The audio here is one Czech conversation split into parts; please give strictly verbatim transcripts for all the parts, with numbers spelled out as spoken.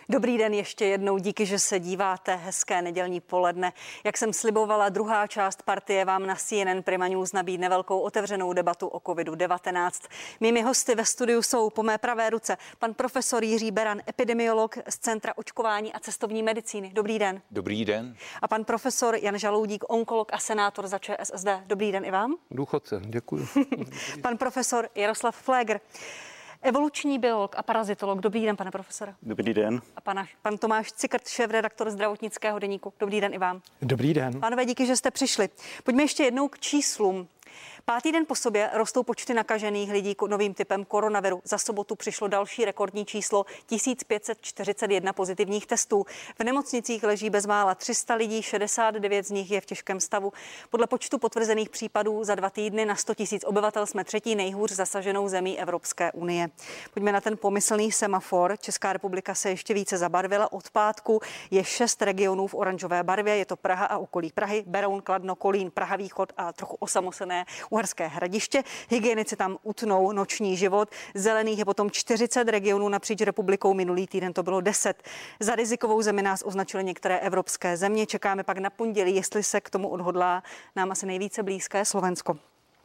Dobrý den ještě jednou, díky, že se díváte. Hezké nedělní poledne. Jak jsem slibovala, druhá část partie vám na C N N Prima News nabídne velkou otevřenou debatu o covidu devatenáct. Mými hosty ve studiu jsou po mé pravé ruce pan profesor Jiří Beran, epidemiolog z Centra očkování a cestovní medicíny. Dobrý den. Dobrý den. A pan profesor Jan Žaloudík, onkolog a senátor za Č S S D. Dobrý den i vám. Důchodce, děkuji. Pan profesor Jaroslav Pfléger, evoluční biolog a parazitolog. Dobrý den, pane profesore. Dobrý den. A pana, pan Tomáš Cikrt, šéfredaktor zdravotnického deníku. Dobrý den i vám. Dobrý den. Pánové, díky, že jste přišli. Pojďme ještě jednou k číslům. Pátý den po sobě rostou počty nakažených lidí novým typem koronaviru. Za sobotu přišlo další rekordní číslo tisíc pět set čtyřicet jedna pozitivních testů. V nemocnicích leží bezmála tři sta lidí, šedesát devět z nich je v těžkém stavu. Podle počtu potvrzených případů za dva týdny na sto tisíc obyvatel jsme třetí nejhůř zasaženou zemí Evropské unie. Pojďme na ten pomyslný semafor. Česká republika se ještě více zabarvila. Od pátku je šest regionů v oranžové barvě. Je to Praha a okolí Prahy, Beroun, Kladno, Kolín, Praha východ a trochu osamocené Uherské Hradiště. Hygienici tam utnou noční život. Zelených je potom čtyřicet regionů napříč republikou. Minulý týden to bylo deset. Za rizikovou zemi nás označily některé evropské země. Čekáme pak na pondělí, jestli se k tomu odhodlá nám asi nejvíce blízké Slovensko.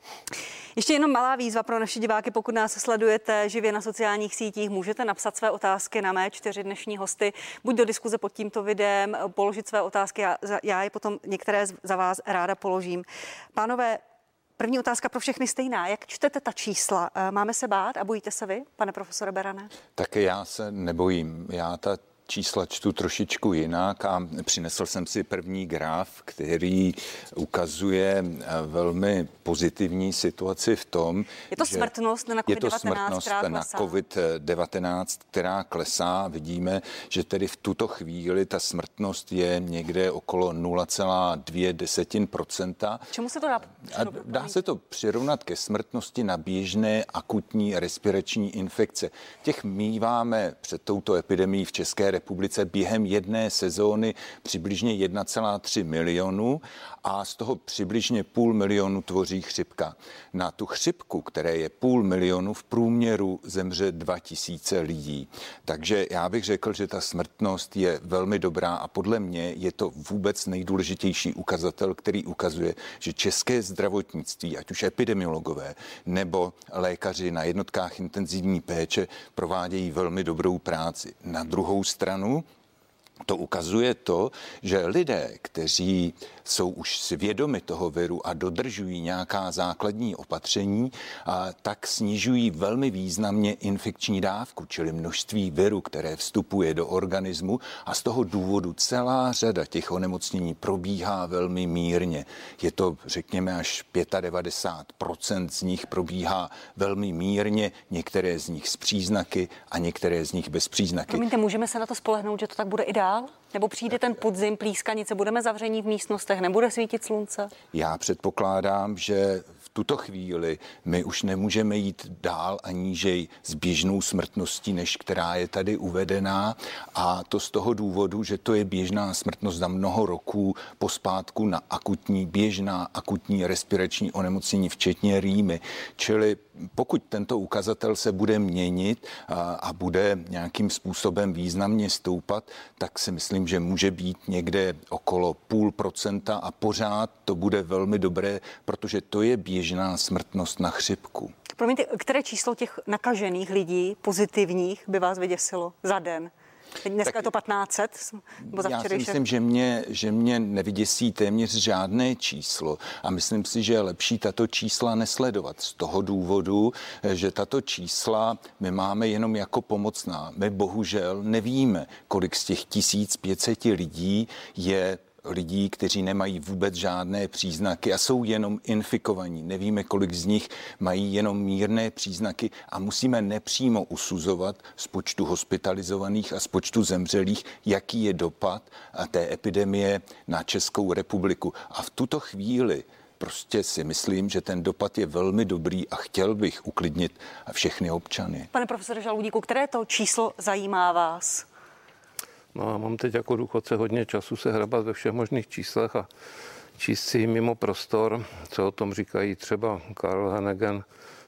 Ještě jenom malá výzva pro naše diváky, pokud nás sledujete živě na sociálních sítích, můžete napsat své otázky na mé čtyři dnešní hosty, buď do diskuze pod tímto videem, položit své otázky, já, já je potom některé za vás ráda položím. Pánové, první otázka pro všechny stejná. Jak čtete ta čísla? Máme se bát a bojíte se vy, pane profesore Berane? Tak já se nebojím. Já ta čísla čtu trošičku jinak a přinesl jsem si první graf, který ukazuje velmi pozitivní situaci v tom, je to smrtnost na covid devatenáct, je to smrtnost na covid devatenáct, která klesá. Vidíme, že tedy v tuto chvíli ta smrtnost je někde okolo nula celá dvě procenta. Čemu se to dá? A dá se to přirovnat ke smrtnosti na běžné akutní respirační infekce. Těch míváme před touto epidemií v České republice během jedné sezóny přibližně jedna celá tři milionu a z toho přibližně půl milionu tvoří chřipka. Na tu chřipku, které je půl milionu, v průměru zemře dva tisíce lidí. Takže já bych řekl, že ta smrtnost je velmi dobrá a podle mě je to vůbec nejdůležitější ukazatel, který ukazuje, že české zdravotnictví, ať už epidemiologové nebo lékaři na jednotkách intenzivní péče provádějí velmi dobrou práci. Na druhou stranu to ukazuje to, že lidé, kteří jsou už svědomi toho viru a dodržují nějaká základní opatření, a tak snižují velmi významně infekční dávku, čili množství viru, které vstupuje do organismu a z toho důvodu celá řada těch onemocnění probíhá velmi mírně. Je to, řekněme, až devadesát pět procent z nich probíhá velmi mírně, některé z nich s příznaky a některé z nich bez příznaky. Promiňte, můžeme se na to spolehnout, že to tak bude i dál? Nebo přijde ten podzim, plískanice, budeme zavření v místnostech, nebude svítit slunce? Já předpokládám, že v tuto chvíli my už nemůžeme jít dál a nížej s běžnou smrtností, než která je tady uvedená. A to z toho důvodu, že to je běžná smrtnost za mnoho roků pospátku na akutní, běžná akutní respirační onemocnění, včetně rýmy. Čili pokud tento ukazatel se bude měnit a, a bude nějakým způsobem významně stoupat, tak si myslím, že může být někde okolo půl procenta a pořád to bude velmi dobré, protože to je běžná smrtnost na chřipku. Promiňte, které číslo těch nakažených lidí pozitivních by vás vyděsilo za den? Dneska tak je to patnáct set? Já si myslím, že mě, že mě nevyděsí téměř žádné číslo a myslím si, že je lepší tato čísla nesledovat z toho důvodu, že tato čísla my máme jenom jako pomocná. My bohužel nevíme, kolik z těch tisíc pět set lidí je lidí, kteří nemají vůbec žádné příznaky a jsou jenom infikovaní. Nevíme, kolik z nich mají jenom mírné příznaky a musíme nepřímo usuzovat z počtu hospitalizovaných a z počtu zemřelých, jaký je dopad té epidemie na Českou republiku. A v tuto chvíli prostě si myslím, že ten dopad je velmi dobrý a chtěl bych uklidnit všechny občany. Pane profesore Žaloudíku, které to číslo zajímá vás? No a mám teď jako důchodce hodně času se hrabat ve všech možných číslech a číst si mimo prostor, co o tom říkají třeba Karl Henegen,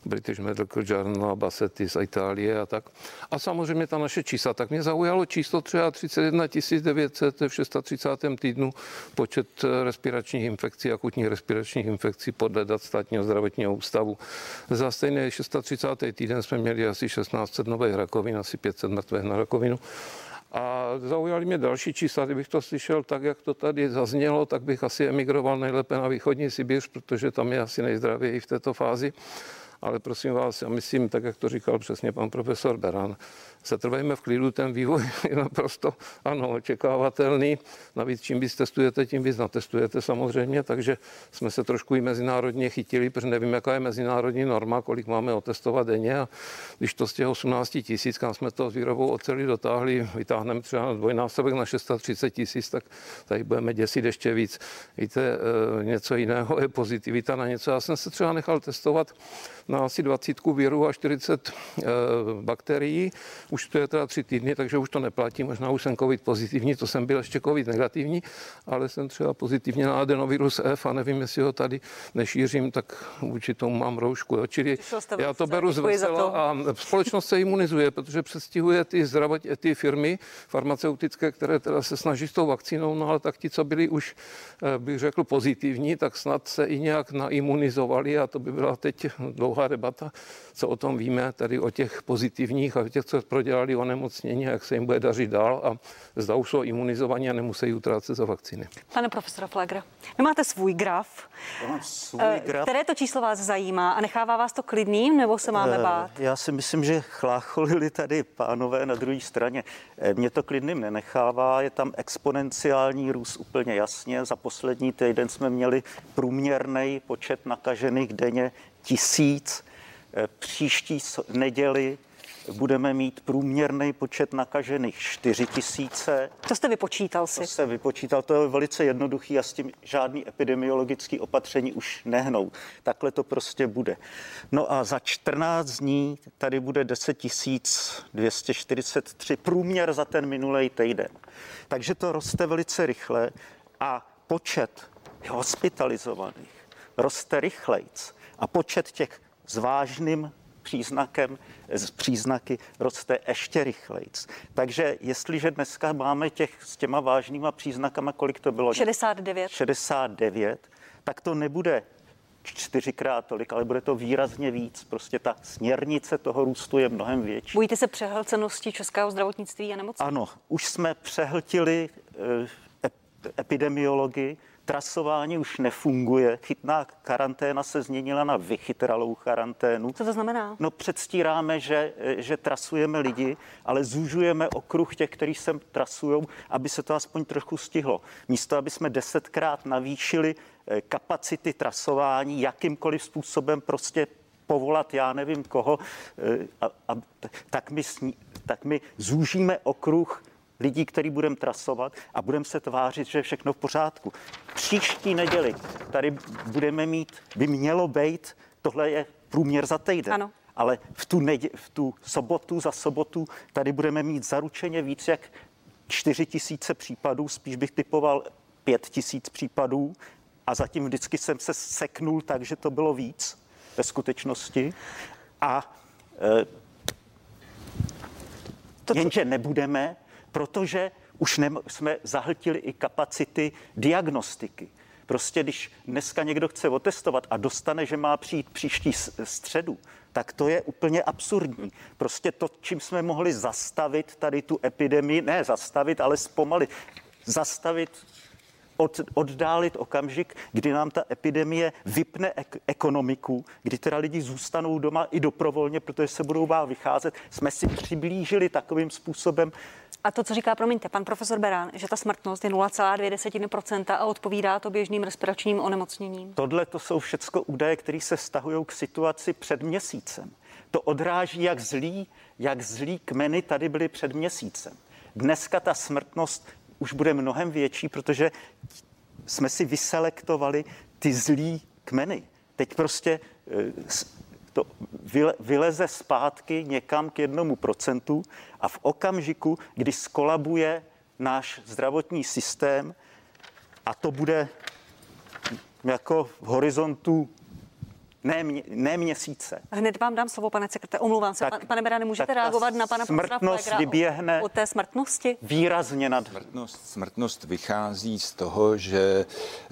British Medical Journal, Bassetti z Itálie a tak. A samozřejmě ta naše čísla. Tak mě zaujalo číslo třicet jedna tisíc devět set v třicátém šestém týdnu počet respiračních infekcí, akutních respiračních infekcí podle dat Státního zdravotního ústavu. Za stejný třicátý šestý týden jsme měli asi šestnáct set nových rakovin, asi pět set mrtvých na rakovinu. A zaujaly mě další čísla, kdybych to slyšel tak, jak to tady zaznělo, tak bych asi emigroval nejlépe na východní Sibiř, protože tam je asi nejzdravěji v této fázi. Ale prosím vás, já myslím, tak jak to říkal přesně pan profesor Beran, setrvejme v klidu, ten vývoj je naprosto, ano, očekávatelný. Navíc čím víc testujete, tím víc natestujete samozřejmě, takže jsme se trošku i mezinárodně chytili, protože nevím, jaká je mezinárodní norma, kolik máme otestovat denně a když to z těch osmnácti tisíc, kam jsme to s výrobou oceli dotáhli, vytáhneme třeba na dvojnásobek na třicet šest tisíc, tak tady budeme děsit ještě víc. Víte, něco jiného je pozitivita na něco. Já jsem se třeba nechal testovat na asi dvacítku virů a čtyřicet e, bakterií. Už to je teda tři týdny, takže už to neplatí. Možná už jsem covid pozitivní, to jsem byl ještě covid negativní, ale jsem třeba pozitivně na adenovirus F a nevím, jestli ho tady nešířím, tak vůči tomu mám roušku. Jo. Čili já to beru zvesela a společnost se imunizuje, protože předstihuje ty, zdravot, ty firmy farmaceutické, které teda se snaží s tou vakcínou, no ale tak ti, co byli už, bych řekl, pozitivní, tak snad se i nějak naimunizovali a to by byla teď dlouhá debata, co o tom víme, tady o těch pozitivních a o těch, co prodělali onemocnění, jak se jim bude dařit dál a zda už jsou imunizovaní a nemusí utrácet za vakcíny. Pane profesora Flegra, vy máte svůj graf. Svůj graf. Které to číslo vás zajímá a nechává vás to klidným, nebo se máme bát? Já si myslím, že chlácholili tady pánové na druhé straně. Mě to klidným nenechává, je tam exponenciální růst úplně jasně. Za poslední týden jsme měli průměrný počet nakažených denně tisíc. Příští neděli budeme mít průměrný počet nakažených čtyři tisíce. To jste vypočítal si? To se vypočítal, to je velice jednoduchý a s tím žádný epidemiologický opatření už nehnou. Takhle to prostě bude. No a za čtrnáct dní tady bude deset tisíc dvě stě čtyřicet tři průměr za ten minulý týden. Takže to roste velice rychle a počet hospitalizovaných roste rychlejc a počet těch s vážným příznakem, z příznaky roste ještě rychlejc. Takže jestliže dneska máme těch s těma vážnýma příznakama, kolik to bylo? šedesát devět. šedesát devět, tak to nebude čtyřikrát tolik, ale bude to výrazně víc. Prostě ta směrnice toho růstu je mnohem větší. Bojíte se přehlcenosti českého zdravotnictví a nemocnic? Ano, už jsme přehltili e, epidemiologii, trasování už nefunguje, chytná karanténa se změnila na vychytralou karanténu. Co to znamená? No předstíráme, že, že trasujeme lidi, ale zúžujeme okruh těch, kteří sem trasujou, aby se to aspoň trochu stihlo. Místo, aby jsme desetkrát navýšili kapacity trasování, jakýmkoliv způsobem prostě povolat, já nevím koho, a, a, tak, my, tak my zúžíme okruh lidí, který budeme trasovat a budeme se tvářit, že je všechno v pořádku. Příští neděli tady budeme mít, by mělo být, tohle je průměr za týden, ano. Ale v tu, nedě, v tu sobotu za sobotu tady budeme mít zaručeně víc jak čtyři tisíce případů, spíš bych typoval pět tisíc případů a zatím vždycky jsem se seknul tak, že to bylo víc ve skutečnosti a e, to, jenže nebudeme, protože už ne, jsme zahltili i kapacity diagnostiky. Prostě když dneska někdo chce otestovat a dostane, že má přijít příští středu, tak to je úplně absurdní. Prostě to, čím jsme mohli zastavit tady tu epidemii, ne zastavit, ale zpomalit, zastavit, od, oddálit okamžik, kdy nám ta epidemie vypne ek- ekonomiku, kdy teda lidi zůstanou doma i dobrovolně, protože se budou bát vycházet, jsme si přiblížili takovým způsobem. A to, co říká, promiňte, pan profesor Beran, že ta smrtnost je nula celá dvě procenta a odpovídá to běžným respiračním onemocněním. Tohle to jsou všecko údaje, které se vztahují k situaci před měsícem. To odráží, jak zlý, jak zlý kmeny tady byly před měsícem. Dneska ta smrtnost už bude mnohem větší, protože jsme si vyselektovali ty zlý kmeny. Teď prostě to vyleze zpátky někam k jednomu procentu a v okamžiku, kdy skolabuje náš zdravotní systém, a to bude jako v horizontu Ne, mě, ne měsíce. Hned vám dám slovo, pane sekretáře. Omlouvám se, tak, pane Berane, můžete reagovat na pana smrtnost vyběhne o té smrtnosti? Výrazně nad... Smrtnost, smrtnost vychází z toho, že,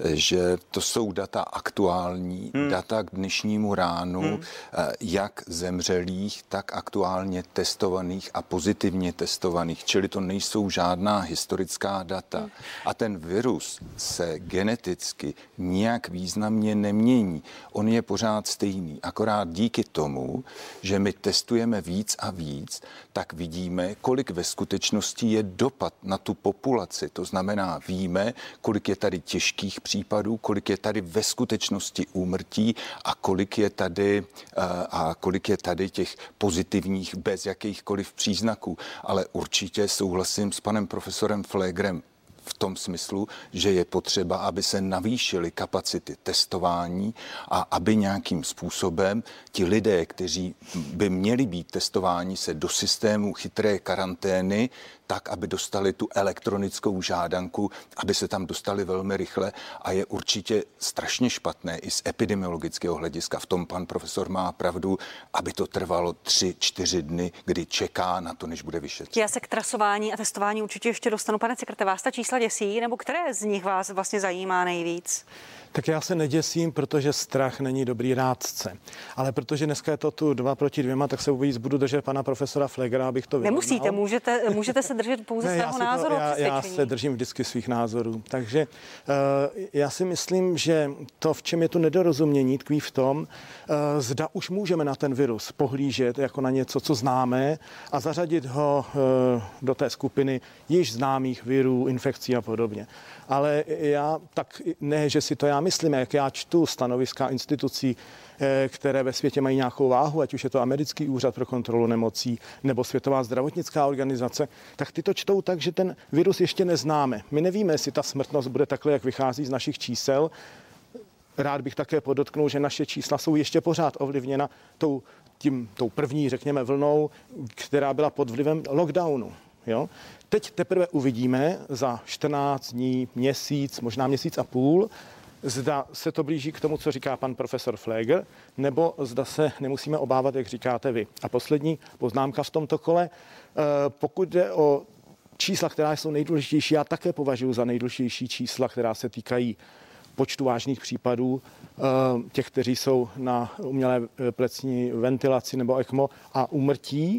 že to jsou data aktuální, hmm. data k dnešnímu ránu, hmm. jak zemřelých, tak aktuálně testovaných a pozitivně testovaných, čili to nejsou žádná historická data. Hmm. A ten virus se geneticky nijak významně nemění. On je pořád stejný, akorát díky tomu, že my testujeme víc a víc, tak vidíme, kolik ve skutečnosti je dopad na tu populaci. To znamená, víme, kolik je tady těžkých případů, kolik je tady ve skutečnosti úmrtí a kolik je tady, a kolik je tady těch pozitivních bez jakýchkoliv příznaků. Ale určitě souhlasím s panem profesorem Pflegerem v tom smyslu, že je potřeba, aby se navýšily kapacity testování a aby nějakým způsobem ti lidé, kteří by měli být testováni, se do systému chytré karantény, tak, aby dostali tu elektronickou žádanku, aby se tam dostali velmi rychle a je určitě strašně špatné i z epidemiologického hlediska. V tom pan profesor má pravdu, aby to trvalo tři, čtyři dny, kdy čeká na to, než bude vyšetřen. Já se k trasování a testování určitě ještě dostanu, pane sekretáře. Vás ta čísla děsí, nebo které z nich vás vlastně zajímá nejvíc? Tak já se neděsím, protože strach není dobrý rádce. Ale protože dneska je to tu dva proti dvěma, tak se vůbec budu držet pana profesora Pflegera, abych to vyrovnal. Nemusíte, můžete, můžete se držet pouze ne, svého to, názoru. Já, já se držím vždycky svých názorů. Takže uh, já si myslím, že to, v čem je to nedorozumění, tkví v tom, uh, zda už můžeme na ten virus pohlížet jako na něco, co známe a zařadit ho uh, do té skupiny již známých virů, infekcí a podobně. Ale já tak ne, že si to já myslím, jak já čtu stanoviska institucí, které ve světě mají nějakou váhu, ať už je to Americký úřad pro kontrolu nemocí nebo Světová zdravotnická organizace, tak ty to čtou tak, že ten virus ještě neznáme. My nevíme, jestli ta smrtnost bude takhle, jak vychází z našich čísel. Rád bych také podotknul, že naše čísla jsou ještě pořád ovlivněna tou, tím, tou první, řekněme, vlnou, která byla pod vlivem lockdownu. Jo? Teď teprve uvidíme za čtrnáct dní, měsíc, možná měsíc a půl, zda se to blíží k tomu, co říká pan profesor Pfleger, nebo zda se nemusíme obávat, jak říkáte vy. A poslední poznámka v tomto kole. Pokud jde o čísla, která jsou nejdůležitější, já také považuji za nejdůležitější čísla, která se týkají počtu vážných případů, těch, kteří jsou na umělé plicní ventilaci nebo ECMO a úmrtí,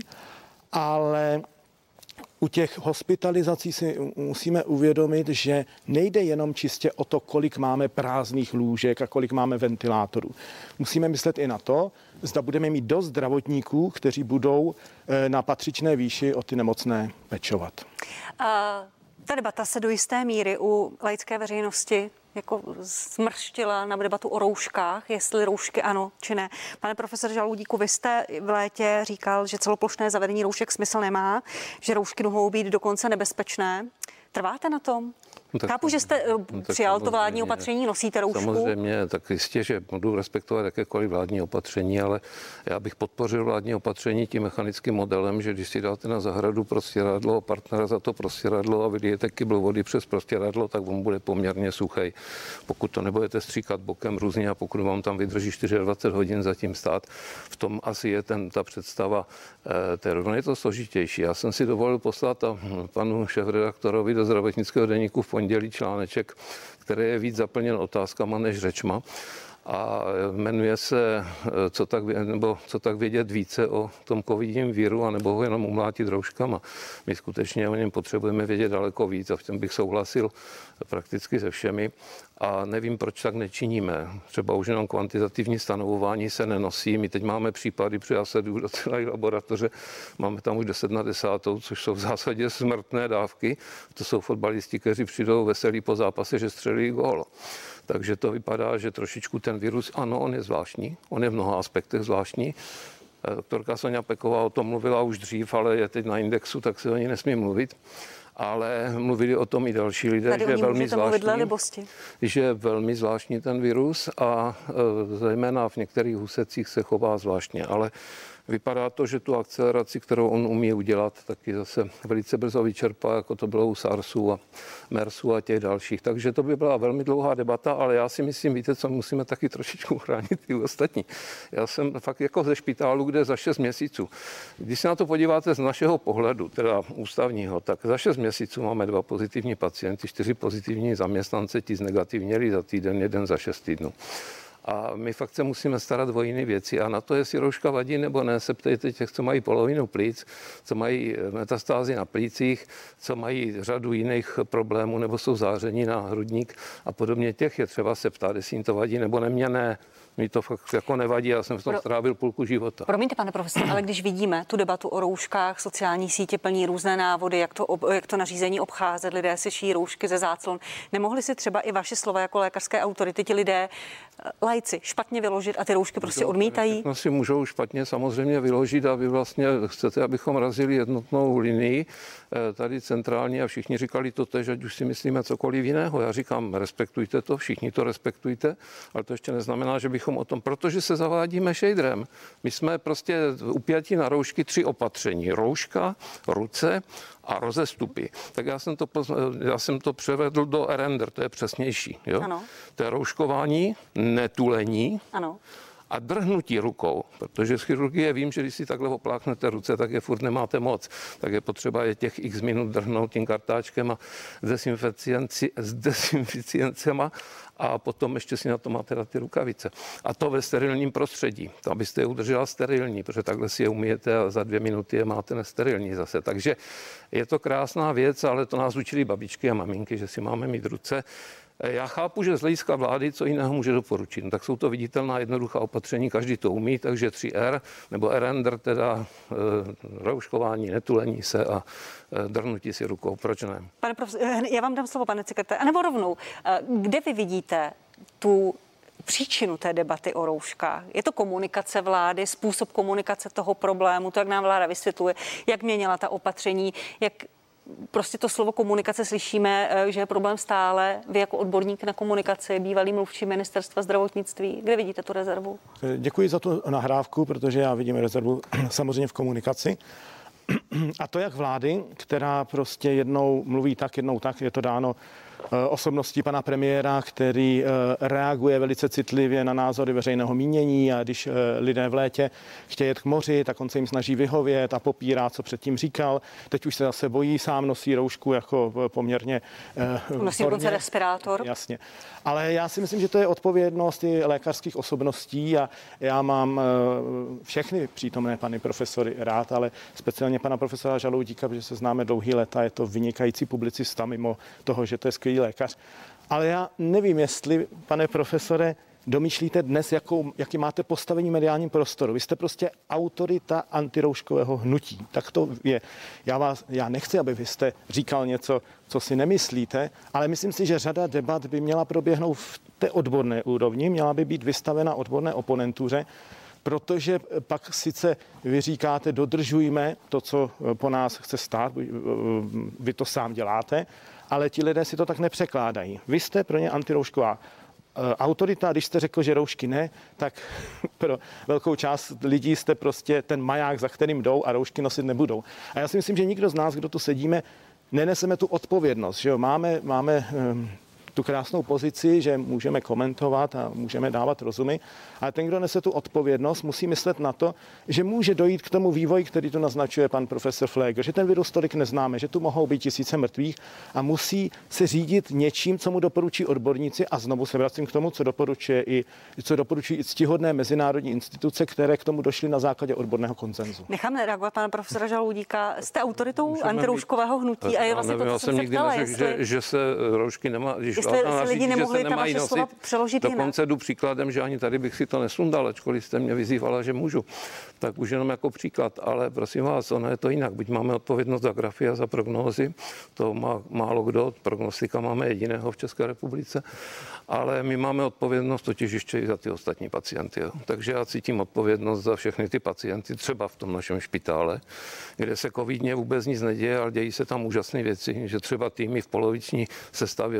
ale u těch hospitalizací si musíme uvědomit, že nejde jenom čistě o to, kolik máme prázdných lůžek a kolik máme ventilátorů. Musíme myslet i na to, zda budeme mít dost zdravotníků, kteří budou na patřičné výši o ty nemocné pečovat. Uh, ta debata se do jisté míry u laické veřejnosti jako smrštila na debatu o rouškách, jestli roušky ano či ne. Pane profesor Žaludíku, vy jste v létě říkal, že celoplošné zavedení roušek smysl nemá, že roušky mohou být dokonce nebezpečné. Trváte na tom? No tak, Chápu, že jste no přijal to vládní opatření, nosíte roušku. Samozřejmě, tak jistě, že budu respektovat jakékoliv vládní opatření, ale já bych podpořil vládní opatření tím mechanickým modelem, že když si dáte na zahradu prostěradlo, partnera za to prostěradlo a vylijete kybl vody přes prostěradlo, tak on bude poměrně suchý. Pokud to nebudete stříkat bokem různě a pokud vám tam vydrží dvacet čtyři hodin zatím stát, v tom asi je ten, ta představa eh, teror. Je to složitější. Já jsem si dovolil poslat a panu šéfredaktorovi do zdravotnického deníku v pondělí článeček, který je víc zaplněn otázkama než řečma a jmenuje se co tak, nebo co tak vědět více o tom covidním víru, anebo ho jenom umlátit rouškama. My skutečně o něm potřebujeme vědět daleko víc a v tom bych souhlasil prakticky se všemi. A nevím, proč tak nečiníme. Třeba už jenom kvantitativní stanovování se nenosí. My teď máme případy, protože já se jdu do celé laboratoře, máme tam už deset na desátou, což jsou v zásadě smrtné dávky. To jsou fotbalisti, kteří přijdou veselí po zápase, že střelí gól. Takže to vypadá, že trošičku ten virus, ano, on je zvláštní, on je v mnoha aspektech zvláštní. Doktorka Sonja Peková o tom mluvila už dřív, ale je teď na Indexu, tak se o ní nesmí mluvit. Ale mluvili o tom i další lidé, že je velmi zvláštní, že je velmi zvláštní ten virus a e, zejména v některých úsecích se chová zvláštně. Ale vypadá to, že tu akceleraci, kterou on umí udělat, taky zase velice brzo vyčerpá, jako to bylo u SARSu a MERSu a těch dalších. Takže to by byla velmi dlouhá debata, ale já si myslím, víte co, musíme taky trošičku chránit i ostatní. Já jsem fakt jako ze špitálu, kde za šest měsíců. Když se na to podíváte z našeho pohledu, teda ústavního, tak za šest měsíců máme dva pozitivní pacienty, čtyři pozitivní zaměstnance, ti znegativněli za týden, jeden za šest týdnů. A my fakt se musíme starat o jiné věci. A na to, jestli rouška vadí nebo ne, se ptejte těch, co mají polovinu plíc, co mají metastázy na plících, co mají řadu jiných problémů nebo jsou záření na hrudník a podobně. Těch je třeba se ptát, jestli jim to vadí nebo nemě ne. Mi to fakt jako nevadí, já jsem v tom strávil půlku života. Promiňte, pane profesor, ale když vidíme tu debatu o rouškách, sociální sítě plní různé návody, jak to, jak to nařízení obcházet, lidé si šijí roušky ze záclon, nemohli si třeba i vaše slova jako lékařské autority, ti lidé, laici, špatně vyložit a ty roušky prostě odmítají? No si můžou špatně samozřejmě vyložit a vy vlastně chcete, abychom razili jednotnou linii tady centrálně a všichni říkali to tež, ať už si myslíme cokoliv jiného. Já říkám, respektujte to, všichni to respektujte, ale to ještě neznamená, že bychom o tom, protože se zavádíme šejdrem. My jsme prostě upjatí na roušky tři opatření. Rouška, ruce a rozestupy. Tak já jsem to, já jsem to převedl do Erender, to je přesnější. Jo? Ano. To je rouškování, netulení. Ano. A drhnutí rukou, protože z chirurgie vím, že když si takhle opláchnete ruce, tak je furt nemáte moc. Tak je potřeba je těch x minut drhnout tím kartáčkem a s dezinficiencema a potom ještě si na to máte dát ty rukavice. A to ve sterilním prostředí, to abyste je udržela sterilní, protože takhle si je umíjete a za dvě minuty je máte nesterilní zase. Takže je to krásná věc, ale to nás učili babičky a maminky, že si máme mít ruce. Já chápu, že z hlediska vlády co jiného může doporučit. Tak jsou to viditelná jednoduchá opatření, každý to umí, takže tři R nebo Erender, teda e, rouškování, netulení se a e, drhnutí si rukou. Proč ne? Pane profesor, já vám dám slovo, pane sekretář. A nebo rovnou, kde vy vidíte tu příčinu té debaty o rouškách? Je to komunikace vlády, způsob komunikace toho problému, to, jak nám vláda vysvětluje, jak měnila ta opatření, jak prostě to slovo komunikace slyšíme, že je problém stále. Vy jako odborník na komunikaci, bývalý mluvčí ministerstva zdravotnictví, kde vidíte tu rezervu? Děkuji za tu nahrávku, protože já vidím rezervu samozřejmě v komunikaci. A to jak vlády, která prostě jednou mluví tak, jednou tak, je to dáno osobností pana premiéra, který reaguje velice citlivě na názory veřejného mínění a když lidé v létě chtějí jet k moři, tak on se jim snaží vyhovět a popírá, co předtím říkal. Teď už se zase bojí, sám nosí roušku jako poměrně... Nosí dokonce respirátor. Jasně. Ale já si myslím, že to je odpovědnost i lékařských osobností a já mám všechny přítomné pany profesory rád, ale speciálně pana profesora Žaloudíka, protože se známe dlouhý léta, je to vynikající publicista mimo toho, že to je skvělý lékař. Ale já nevím, jestli, pane profesore, domýšlíte dnes, jakou, jaký máte postavení v mediálním prostoru. Vy jste prostě autorita antirouškového hnutí. Tak to je. Já, vás, já nechci, aby vy jste říkal něco, co si nemyslíte, ale myslím si, že řada debat by měla proběhnout v té odborné úrovni, měla by být vystavena odborné oponentuře, protože pak sice vy říkáte, dodržujme to, co po nás chce stát, vy to sám děláte, ale ti lidé si to tak nepřekládají. Vy jste pro ně antiroušková autorita, když jste řekl, že roušky ne, tak pro velkou část lidí jste prostě ten maják, za kterým jdou a roušky nosit nebudou. A já si myslím, že nikdo z nás, kdo tu sedíme, neneseme tu odpovědnost. Že jo? Máme, máme um, tu krásnou pozici, že můžeme komentovat a můžeme dávat rozumy, ale ten, kdo nese tu odpovědnost, musí myslet na to, že může dojít k tomu vývoji, který tu naznačuje pan profesor Pfleger, že ten virus tolik neznáme, že tu mohou být tisíce mrtvých a musí se řídit něčím, co mu doporučí odborníci a znovu se vracím k tomu, co doporučuje i, co doporučují i ctihodné mezinárodní instituce, které k tomu došly na základě odborného konsenzu. Nechám reagovat pana profesora Žaloudíka. Jste autoritou antirouškového hnutí a je vlastně to, co jsem se ptala, neřek, jestli... že, že se roušky nemá, když jestli lidi nemohli ta vaše slova přeložit jinak. Dokonce jdu příkladem, že ani tady bych si to nesundal, ačkoliv jste mě vyzývala, že můžu. Tak už jenom jako příklad, ale prosím vás, ono je to jinak. Byť máme odpovědnost za grafy a za prognózy, to má málo kdo, prognostika máme jediného v České republice, ale my máme odpovědnost totiž ještě i za ty ostatní pacienty. Jo. Takže já cítím odpovědnost za všechny ty pacienty, třeba v tom našem špitále, kde se covidně vůbec nic neděje, ale dějí se tam úžasné věci, že třeba týmy v poloviční sestavě museli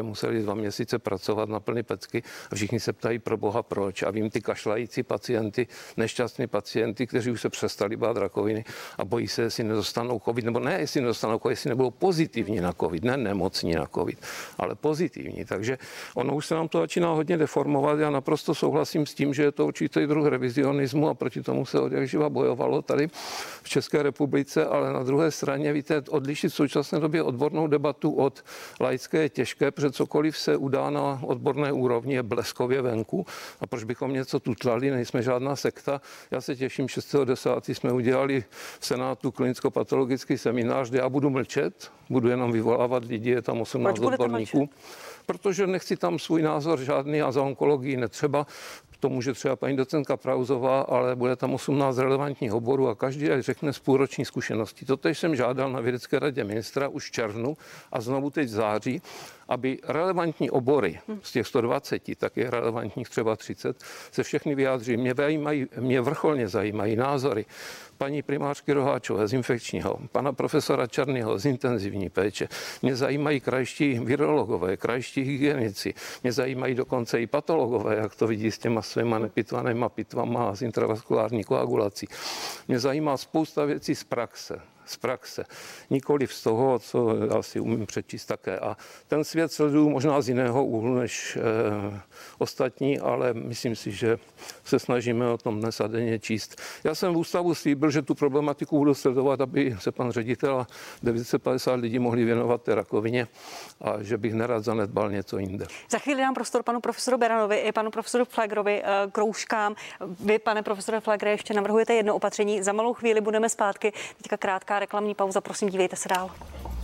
dva měsíce pracovat na plný pecky a všichni se ptají pro boha proč. A vím ty kašlající pacienty, nešťastní pacienty, kteří už se přestali bát rakoviny a bojí se, jestli nedostanou covid, nebo ne, jestli nedostanou covid, jestli nebudou pozitivní na covid, ne nemocní na covid, ale pozitivní. Takže ono už se nám to začíná hodně deformovat. Já naprosto souhlasím s tím, že je to určitý druh revizionismu a proti tomu se od jak živa bojovalo tady v České republice, ale na druhé straně, víte, odlišit v současné době odbornou debatu od laické je těžké, protože cokoliv se udá na odborné úrovni je bleskově venku. A proč bychom něco tutlali, nejsme žádná sekta. Já se těším, šestého desátého jsme udělali v Senátu klinicko-patologický seminář, kde já budu mlčet, budu jenom vyvolávat lidi, je tam osmnáct odborníků, protože nechci tam svůj názor žádný a za onkologii netřeba. To může třeba paní docentka Prauzová, ale bude tam osmnáct relevantních oborů a každý řekne z půlroční zkušenosti. Totež jsem žádal na vědecké radě ministra už v červnu a znovu teď v září, aby relevantní obory z těch sto dvacet, tak je relevantních třeba třicet, se všechny vyjádří. Mě, zajímají, mě vrcholně zajímají názory paní primářky Roháčové z infekčního, pana profesora Černého z intenzivní péče. Mě zajímají krajští virologové, krajští hygienici. Mě zajímají dokonce i patologové, jak to vidí s těma svýma nepitvanýma pitvama a s intravaskulární koagulací. Mě zajímá spousta věcí z praxe. z praxe. Nikoliv z toho, co já si umím přečíst také. A ten svět sleduju možná z jiného úhlu než eh, ostatní, ale myslím si, že se snažíme o tom dnes a denně číst. Já jsem v ústavu slíbil, že tu problematiku budu sledovat, aby se pan ředitel a devět set padesát lidí mohli věnovat té rakovině a že bych nerad zanedbal něco jinde. Za chvíli dám prostor panu profesoru Beranovi i panu profesoru Pflegerovi k rouškám. Vy, pane profesore Pflegere, ještě navrhujete jedno opatření. Za malou chvíli budeme zpátky. Teďka krátká reklamní pauza, prosím, dívejte se dál.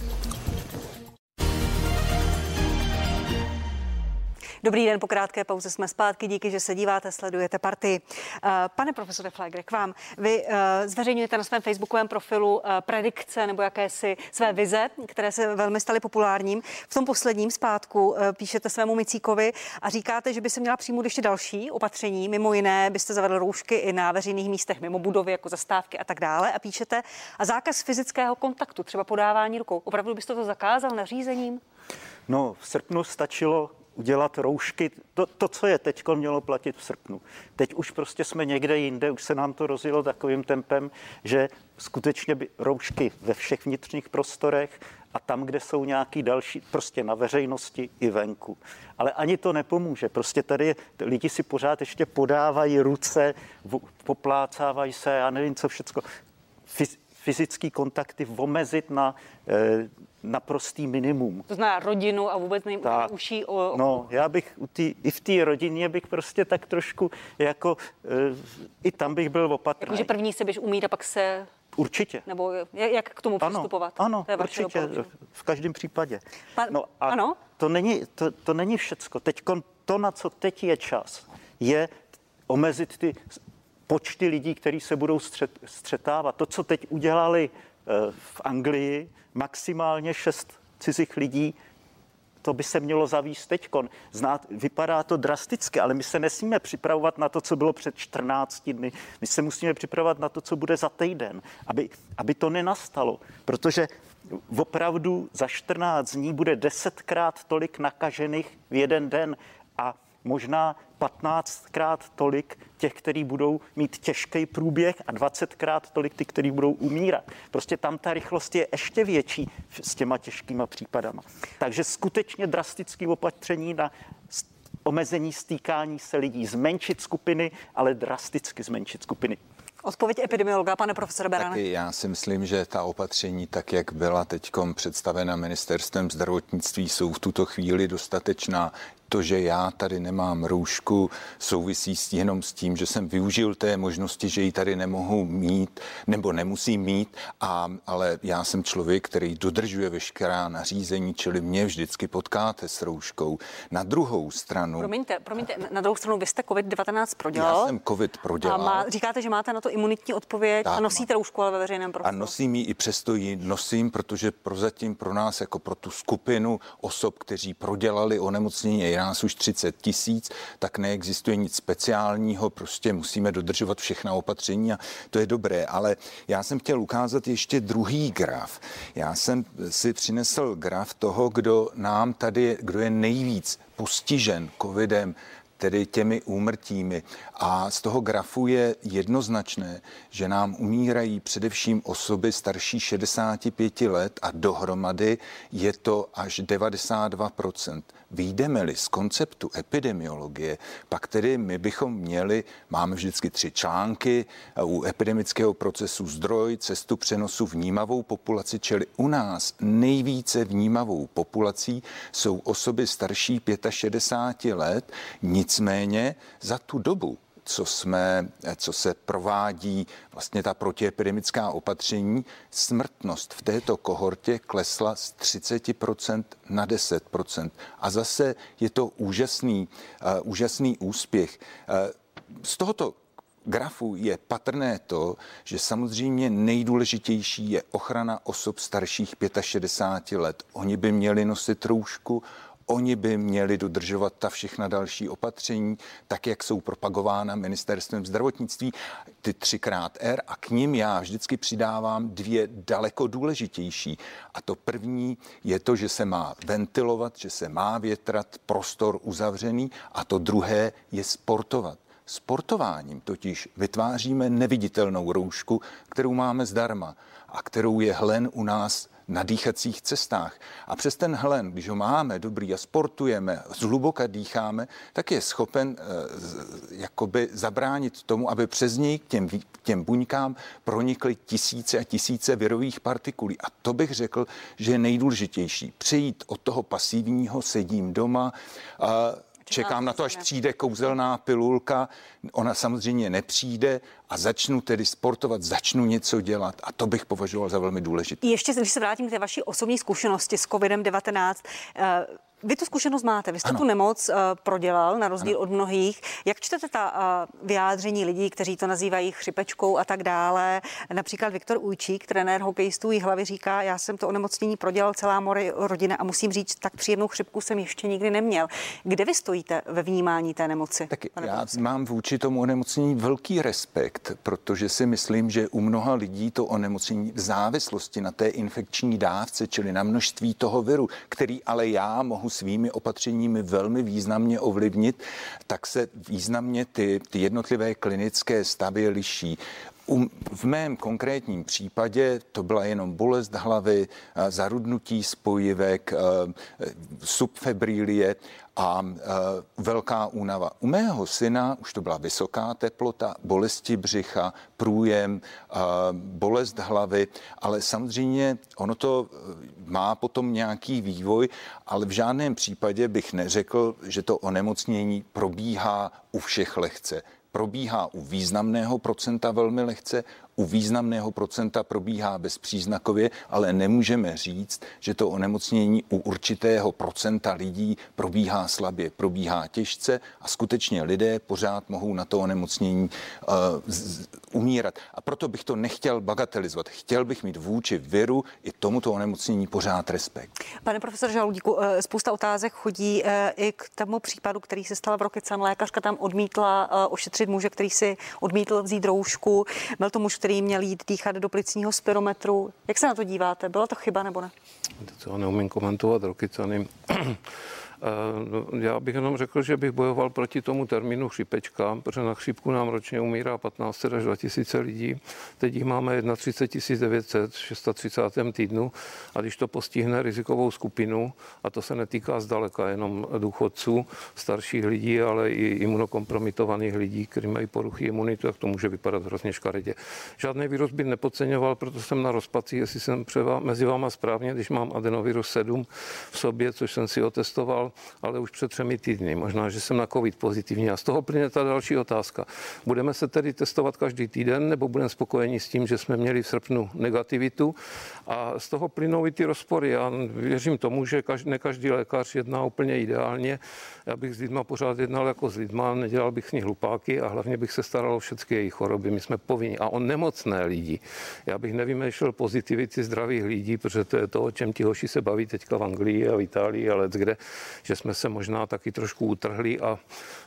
Dobrý den, po krátké pauze jsme zpátky. Díky, že se díváte, sledujete Partii. Pane profesore Pflegere, k vám. Vy zveřejňujete na svém facebookovém profilu predikce nebo jakési své vize, které se velmi staly populárním. V tom posledním zpátku píšete svému Micíkovi a říkáte, že by se měla přijmout ještě další opatření. Mimo jiné byste zavedl roušky i na veřejných místech mimo budovy, jako zastávky a tak dále. A píšete a zákaz fyzického kontaktu, třeba podávání rukou. Opravdu byste to zakázal nařízením? No, v srpnu stačilo udělat roušky, to, to co je teď, mělo platit v srpnu. Teď už prostě jsme někde jinde, už se nám to rozjelo takovým tempem, že skutečně by roušky ve všech vnitřních prostorech a tam, kde jsou nějaký další, prostě na veřejnosti i venku. Ale ani to nepomůže. Prostě tady lidi si pořád ještě podávají ruce, poplácávají se, já nevím co všecko. Fyzický kontakty omezit na eh, naprostý minimum. To znamená rodinu a vůbec neuší o... No, já bych u tý, i v té rodině bych prostě tak trošku jako e, i tam bych byl opatrný. Jakože první se běž umít a pak se... Určitě. Nebo jak k tomu přistupovat? Ano, to je určitě, v každém případě. Pan, no a ano? To není, to, to není všecko. Teď to, na co teď je čas, je omezit ty počty lidí, kteří se budou střet, střetávat. To, co teď udělali e, v Anglii, maximálně šest cizích lidí, to by se mělo zavíst teďkon. Znát, vypadá to drasticky, ale my se nesmíme připravovat na to, co bylo před čtrnácti dny. My se musíme připravovat na to, co bude za týden, aby, aby to nenastalo. Protože opravdu za čtrnáct dní bude desetkrát tolik nakažených v jeden den a možná patnáctkrát tolik těch, kteří budou mít těžký průběh a dvacetkrát tolik těch, kteří budou umírat. Prostě tam ta rychlost je ještě větší s těma těžkýma případama. Takže skutečně drastické opatření na omezení stýkání se lidí. Zmenšit skupiny, ale drasticky zmenšit skupiny. Odpověď epidemiologa, pane profesore Berane. Taky já si myslím, že ta opatření, tak jak byla teďkom představena ministerstvem zdravotnictví, jsou v tuto chvíli dostatečná. To, že já tady nemám roušku, souvisí jenom s tím, že jsem využil té možnosti, že ji tady nemohu mít nebo nemusím mít, a, ale já jsem člověk, který dodržuje veškerá nařízení, čili mě vždycky potkáte s rouškou. Na druhou stranu... Promiňte, promiňte, na druhou stranu vy jste covid devatenáct prodělal. Já jsem covid prodělal. A má, říkáte, že máte na to imunitní odpověď tak, a nosíte roušku, ale ve veřejném prostoru. A nosím ji, i přesto ji nosím, protože prozatím pro nás, jako pro tu skupinu osob, kteří prodělali onemocnění, je je nás už třicet tisíc, tak neexistuje nic speciálního, prostě musíme dodržovat všechna opatření a to je dobré. Ale já jsem chtěl ukázat ještě druhý graf. Já jsem si přinesl graf toho, kdo nám tady, kdo je nejvíc postižen covidem, tedy těmi úmrtími. A z toho grafu je jednoznačné, že nám umírají především osoby starší šedesáti pěti let a dohromady je to až devadesát dva procent. Vyjdeme-li z konceptu epidemiologie, pak tedy my bychom měli, máme vždycky tři články, u epidemického procesu zdroj, cestu přenosu, vnímavou populaci, čili u nás nejvíce vnímavou populací jsou osoby starší šedesáti pěti let, nicméně za tu dobu, co, jsme, co se provádí vlastně ta protiepidemická opatření, smrtnost v této kohortě klesla z třicet procent na deset procent. A zase je to úžasný, uh, úžasný úspěch. Uh, z tohoto grafu je patrné to, že samozřejmě nejdůležitější je ochrana osob starších šedesáti pěti let. Oni by měli nosit roušku, oni by měli dodržovat ta všechna další opatření, tak jak jsou propagována ministerstvem zdravotnictví, ty třikrát R, a k nim já vždycky přidávám dvě daleko důležitější. A to první je to, že se má ventilovat, že se má větrat, prostor uzavřený, a to druhé je sportovat. Sportováním totiž vytváříme neviditelnou roušku, kterou máme zdarma a kterou je hlen u nás na dýchacích cestách. A přes ten hlen, když ho máme dobrý a sportujeme, zhluboka dýcháme, tak je schopen e, jakoby zabránit tomu, aby přes něj k těm, těm buňkám pronikly tisíce a tisíce virových partikulí. A to bych řekl, že je nejdůležitější. Přejít od toho pasivního, sedím doma, e, čekám na to, až přijde kouzelná pilulka, ona samozřejmě nepřijde a začnu tedy sportovat, začnu něco dělat, a to bych považoval za velmi důležité. Ještě, když se vrátím k té vaší osobní zkušenosti s kovidem devatenáct, vy tu zkušenost máte, vy jste ano. tu nemoc uh, prodělal, na rozdíl ano. od mnohých. Jak čtete ta uh, vyjádření lidí, kteří to nazývají chřipečkou a tak dále? Například Viktor Ujčík, trenér hokejistů Jihlavy, říká, já jsem to onemocnění prodělal, celá moje rodina, a musím říct, tak příjemnou chřipku jsem ještě nikdy neměl. Kde vy stojíte ve vnímání té nemoci? Tak já profesor? mám vůči tomu onemocnění velký respekt, protože si myslím, že u mnoha lidí to onemocnění v závislosti na té infekční dávce, čili na množství toho viru, který ale já mohu svými opatřeními velmi významně ovlivnit, tak se významně ty, ty jednotlivé klinické stavy liší. Um, v mém konkrétním případě to byla jenom bolest hlavy, zarudnutí spojivek, subfebrilie a velká únava. U mého syna už to byla vysoká teplota, bolesti břicha, průjem, bolest hlavy, ale samozřejmě ono to má potom nějaký vývoj, ale v žádném případě bych neřekl, že to onemocnění probíhá u všech lehce. Probíhá u významného procenta velmi lehce, u významného procenta probíhá bezpříznakově, ale nemůžeme říct, že to onemocnění u určitého procenta lidí probíhá slabě, probíhá těžce a skutečně lidé pořád mohou na to onemocnění uh, z, umírat. A proto bych to nechtěl bagatelizovat. Chtěl bych mít vůči viru i tomuto onemocnění pořád respekt. Pane profesor Žaludíku, spousta otázek chodí i k tomu případu, který se stal v Rokycan. Lékařka tam odmítla ošetřit muže, který si odmítl vzít roušku. Byl to muž, který měl jít dýchat do plicního spirometru. Jak se na to díváte? Byla to chyba nebo ne? To neumím komentovat Rokycany. Já bych jenom řekl, že bych bojoval proti tomu termínu chřipečka, protože na chřipku nám ročně umírá patnáct set až dva tisíce lidí. Teď jich máme třicet jedna tisíc devět set v třicátém šestém týdnu, a když to postihne rizikovou skupinu, a to se netýká zdaleka jenom důchodců, starších lidí, ale i imunokompromitovaných lidí, kteří mají poruchy imunity, tak to může vypadat hrozně škaredě. Žádný virus bych nepodceňoval, proto jsem na rozpacích, jestli jsem převa, mezi váma správně, když mám adenovirus sedm v sobě, což jsem si otestoval, ale už před třemi týdny. Možná, že jsem na covid pozitivní. A z toho plyne ta další otázka. Budeme se tedy testovat každý týden, nebo budeme spokojeni s tím, že jsme měli v srpnu negativitu? A z toho plynou i ty rozpory. Já věřím tomu, že každý, ne každý lékař jedná úplně ideálně. Já bych s lidma pořád jednal jako s lidma, nedělal bych s nich hlupáky a hlavně bych se staral o všechny jejich choroby. My jsme povinni. A o nemocné lidi. Já bych nevymýšlel pozitivity zdravých lidí, protože to je to, o čem ti hoši se baví teďka v Anglii a v Itálii a leckde. že jsme se možná taky trošku utrhli a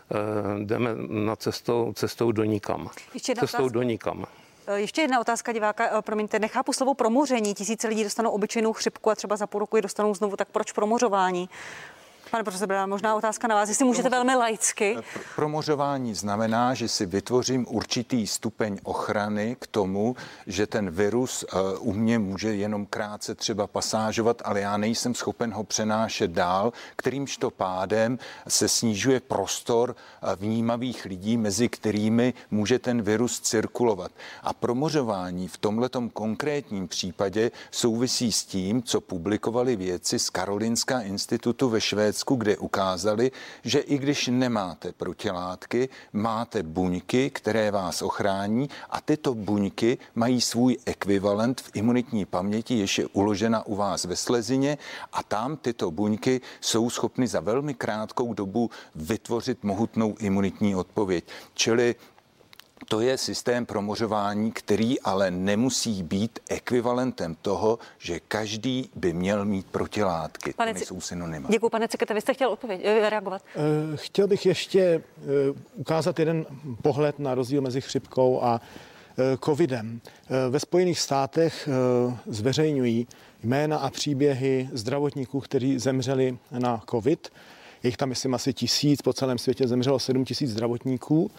jdeme na cestou, cestou do nikam. Cestou do nikam. Ještě jedna otázka diváka, promiňte, nechápu slovo promoření. Tisíce lidí dostanou obyčejnou chřipku a třeba za půl roku ji dostanou znovu, tak proč promořování? Pane profesor, možná otázka na vás, jestli můžete velmi laicky. Promořování znamená, že si vytvořím určitý stupeň ochrany k tomu, že ten virus u mě může jenom krátce třeba pasážovat, ale já nejsem schopen ho přenášet dál, kterýmž to pádem se snižuje prostor vnímavých lidí, mezi kterými může ten virus cirkulovat. A promořování v tomhletom konkrétním případě souvisí s tím, co publikovali vědci z Karolinska institutu ve Švédsku, kde ukázali, že i když nemáte protilátky, máte buňky, které vás ochrání a tyto buňky mají svůj ekvivalent v imunitní paměti, jež je uložena u vás ve slezině a tam tyto buňky jsou schopny za velmi krátkou dobu vytvořit mohutnou imunitní odpověď. Čili to je systém promořování, který ale nemusí být ekvivalentem toho, že každý by měl mít protilátky. Pane, to jsou synonyma. Děkuji, pane Cikete, vy jste chtěl odpověď, reagovat? Chtěl bych ještě ukázat jeden pohled na rozdíl mezi chřipkou a covidem. Ve Spojených státech zveřejňují jména a příběhy zdravotníků, kteří zemřeli na covid. Je jich tam, myslím, asi tisíc, po celém světě zemřelo sedm tisíc zdravotníků.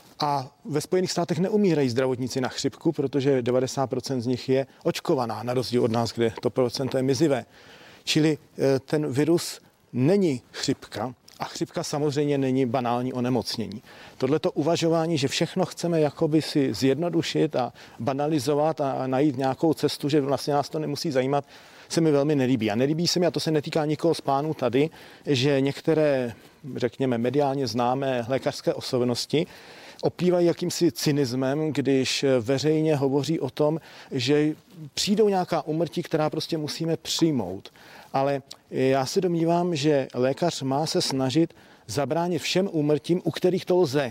A ve Spojených státech neumírají zdravotníci na chřipku, protože devadesát procent z nich je očkovaná, na rozdíl od nás, kde to procento je mizivé. Čili ten virus není chřipka a chřipka samozřejmě není banální onemocnění. Tohleto uvažování, že všechno chceme jakoby si zjednodušit a banalizovat a najít nějakou cestu, že vlastně nás to nemusí zajímat, se mi velmi nelíbí. A nelíbí se mi, a to se netýká nikoho z pánů tady, že některé, řekněme, mediálně známé lékařské osobnosti oplývají jakýmsi cynismem, když veřejně hovoří o tom, že přijdou nějaká úmrtí, která prostě musíme přijmout. Ale já si domnívám, že lékař má se snažit zabránit všem úmrtím, u kterých to lze.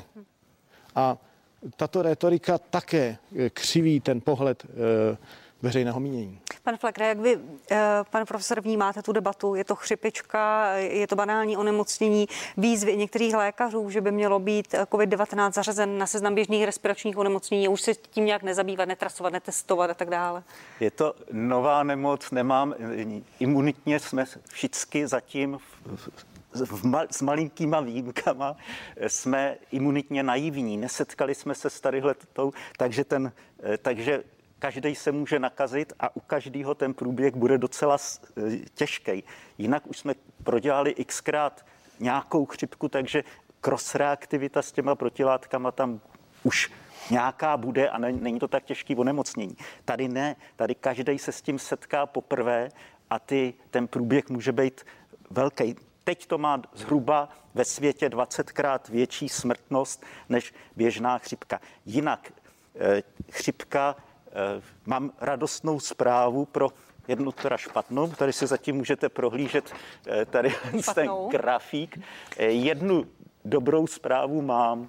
A tato rétorika také křiví ten pohled veřejného mínění. Pan Flegre, jak vy, pane profesor, vnímáte tu debatu? Je to chřipička, je to banální onemocnění, výzvy některých lékařů, že by mělo být covid devatenáct zařazen na seznam běžných respiračních onemocnění, už se tím nějak nezabývat, netrasovat, netestovat a tak dále? Je to nová nemoc, nemám, imunitně jsme všichni zatím v, v mal, s malinkýma výjimkama jsme imunitně naivní, nesetkali jsme se s tadyhletou, takže ten, takže každý se může nakazit a u každého ten průběh bude docela těžký. Jinak už jsme prodělali xkrát nějakou chřipku, takže cross-reaktivita s těma protilátkama tam už nějaká bude a není to tak těžký onemocnění. Tady ne, tady každý se s tím setká poprvé a ty, ten průběh může být velký. Teď to má zhruba ve světě dvacetkrát větší smrtnost než běžná chřipka. Jinak eh, chřipka mám radostnou zprávu pro jednu teda špatnou, tady si zatím můžete prohlížet tady ten grafík. Jednu dobrou zprávu mám.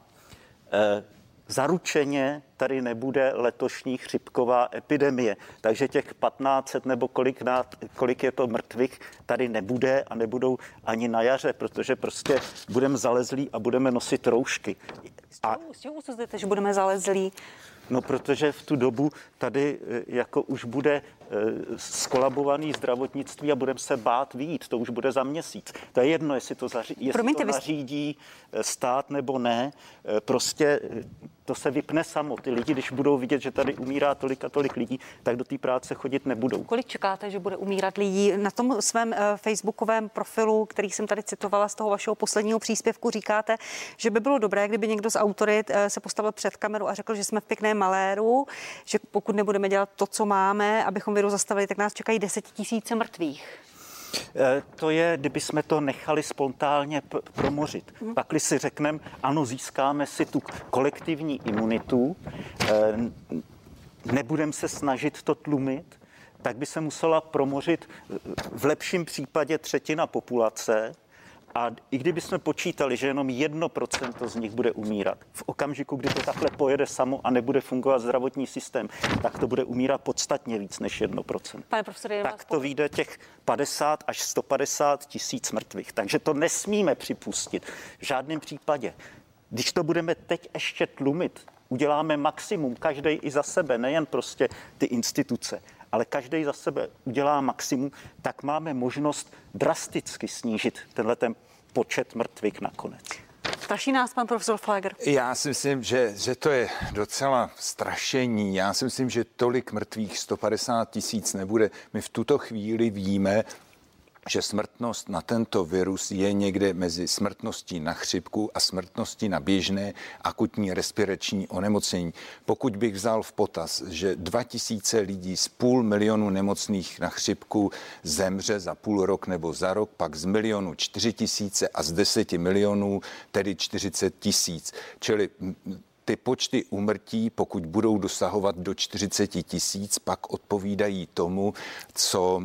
Zaručeně tady nebude letošní chřipková epidemie, takže těch patnáct set nebo kolik, na, kolik je to mrtvých tady nebude a nebudou ani na jaře, protože prostě budeme zalezlí a budeme nosit roušky. A s čím usuzujete, že budeme zalezlí? No, protože v tu dobu tady jako už bude skolabovaný zdravotnictví a budeme se bát vyjít. To už bude za měsíc. To je jedno, jestli to, zaří, jestli Promiňte, to nařídí stát nebo ne. Prostě to se vypne samo. Ty lidi, když budou vidět, že tady umírá tolik a tolik lidí, tak do té práce chodit nebudou. Kolik čekáte, že bude umírat lidí? Na tom svém facebookovém profilu, který jsem tady citovala z toho vašeho posledního příspěvku, říkáte, že by bylo dobré, kdyby někdo z autorit se postavil před kameru a řekl, že jsme v pěkném maléru, že pokud nebudeme dělat to, co máme, abychom virus zastavili, tak nás čekají desetitisíce mrtvých. To je, kdyby jsme to nechali spontánně p- promořit. Hmm. Pakli si řekneme, ano, získáme si tu kolektivní imunitu, nebudeme se snažit to tlumit, tak by se musela promořit v lepším případě třetina populace A i kdyby jsme počítali, že jenom jedno procento z nich bude umírat, v okamžiku, kdy to takhle pojede samo a nebude fungovat zdravotní systém, tak to bude umírat podstatně víc než jedno procento. Pane profesore, tak to vyjde těch padesát až sto padesát tisíc mrtvých. Takže to nesmíme připustit v žádném případě. Když to budeme teď ještě tlumit, uděláme maximum, každý i za sebe, nejen prostě ty instituce, ale každý za sebe udělá maximum, tak máme možnost drasticky snížit tenhle ten počet mrtvých nakonec. Straší nás pan profesor Pfleger? Já si myslím, že, že to je docela strašení. Já si myslím, že tolik mrtvých sto padesát tisíc nebude. My v tuto chvíli víme, že smrtnost na tento virus je někde mezi smrtností na chřipku a smrtností na běžné akutní respirační onemocnění. Pokud bych vzal v potaz, že dva tisíce lidí z půl milionu nemocných na chřipku zemře za půl rok nebo za rok, pak z milionu čtyři tisíce a z deseti milionů tedy čtyřicet tisíc. Čili ty počty úmrtí, pokud budou dosahovat do čtyřicet tisíc, pak odpovídají tomu, co,